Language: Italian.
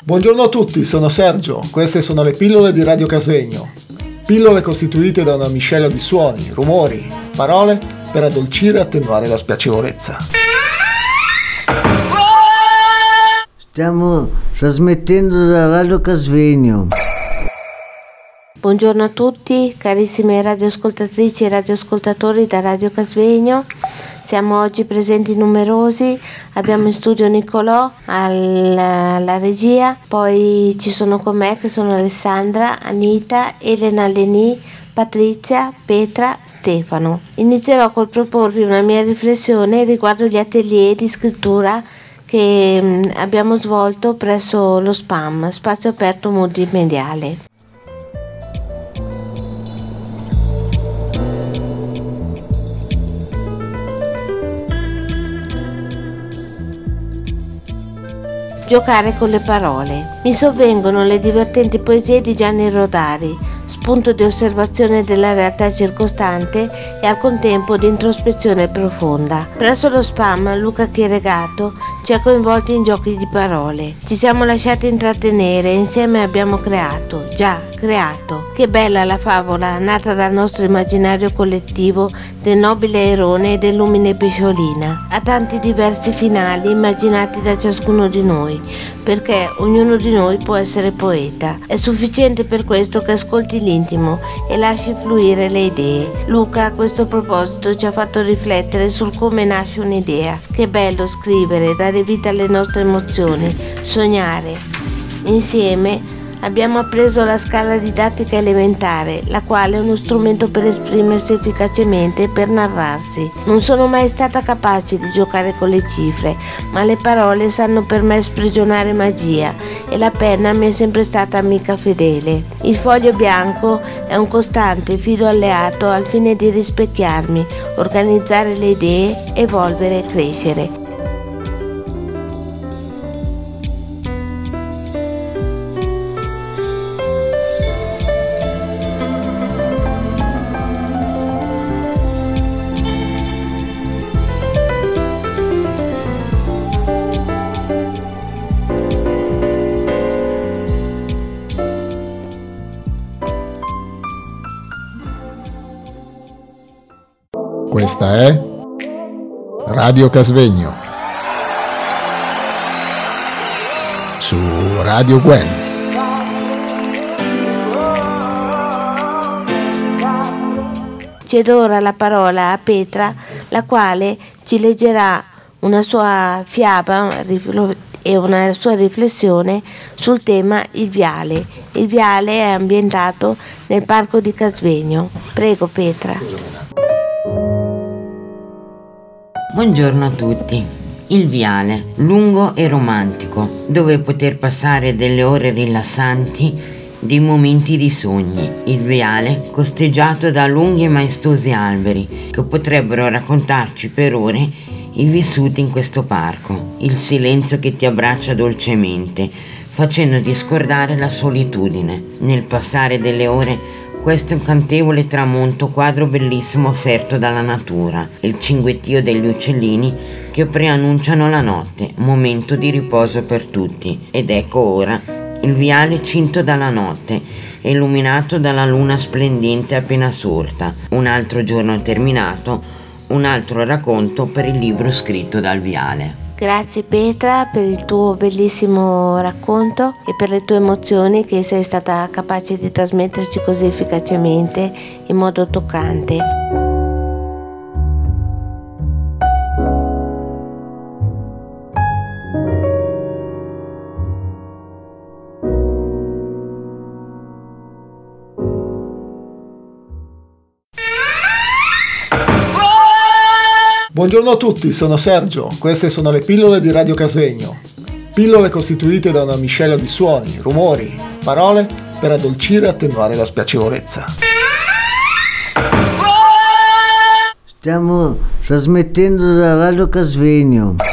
Buongiorno a tutti, sono Sergio, queste sono le pillole di Radio Casvegno. Pillole costituite da una miscela di suoni, rumori, parole per addolcire e attenuare la spiacevolezza. Stiamo trasmettendo da Radio Casvegno. Buongiorno a tutti, carissime radioascoltatrici e radioascoltatori da Radio Casvegno. Siamo oggi presenti numerosi, abbiamo in studio Nicolò alla regia, poi ci sono con me che sono Alessandra, Anita, Elena Leni, Patrizia, Petra, Stefano. Inizierò col proporvi una mia riflessione riguardo gli atelier di scrittura che abbiamo svolto presso lo SPAM, Spazio Aperto Multimediale. Giocare con le parole. Mi sovvengono le divertenti poesie di Gianni Rodari, spunto di osservazione della realtà circostante e al contempo di introspezione profonda. Presso lo SPAM Luca Chieregato ci ha coinvolti in giochi di parole. Ci siamo lasciati intrattenere e insieme abbiamo creato. Che bella la favola nata dal nostro immaginario collettivo del nobile Erone e dell'umile Pesciolina. Ha tanti diversi finali immaginati da ciascuno di noi, perché ognuno di noi può essere poeta. È sufficiente per questo che ascolti l'intimo e lasci fluire le idee. Luca a questo proposito ci ha fatto riflettere sul come nasce un'idea. Che bello scrivere, dare vita alle nostre emozioni, sognare. Insieme abbiamo appreso la scala didattica elementare, la quale è uno strumento per esprimersi efficacemente e per narrarsi. Non sono mai stata capace di giocare con le cifre, ma le parole sanno per me sprigionare magia e la penna mi è sempre stata amica fedele. Il foglio bianco è un costante fido alleato al fine di rispecchiarmi, organizzare le idee, evolvere e crescere. Questa è Radio Casvegno su Radio Gwen. Cedo ora la parola a Petra, la quale ci leggerà una sua fiaba e una sua riflessione sul tema Il Viale. Il Viale è ambientato nel parco di Casvegno. Prego Petra. Buongiorno a tutti. Il Viale, lungo e romantico, dove poter passare delle ore rilassanti, dei momenti di sogni. Il Viale costeggiato da lunghi e maestosi alberi che potrebbero raccontarci per ore i vissuti in questo parco. Il silenzio che ti abbraccia dolcemente, facendoti scordare la solitudine. Nel passare delle ore, questo incantevole tramonto, quadro bellissimo offerto dalla natura, il cinguettio degli uccellini che preannunciano la notte, momento di riposo per tutti. Ed ecco ora il viale cinto dalla notte, illuminato dalla luna splendente appena sorta. Un altro giorno terminato, un altro racconto per il libro scritto dal Viale. Grazie Petra per il tuo bellissimo racconto e per le tue emozioni che sei stata capace di trasmetterci così efficacemente, in modo toccante. Buongiorno a tutti, sono Sergio, queste sono le pillole di Radio Casvegno. Pillole costituite da una miscela di suoni, rumori, parole per addolcire e attenuare la spiacevolezza. Stiamo trasmettendo da Radio Casvegno.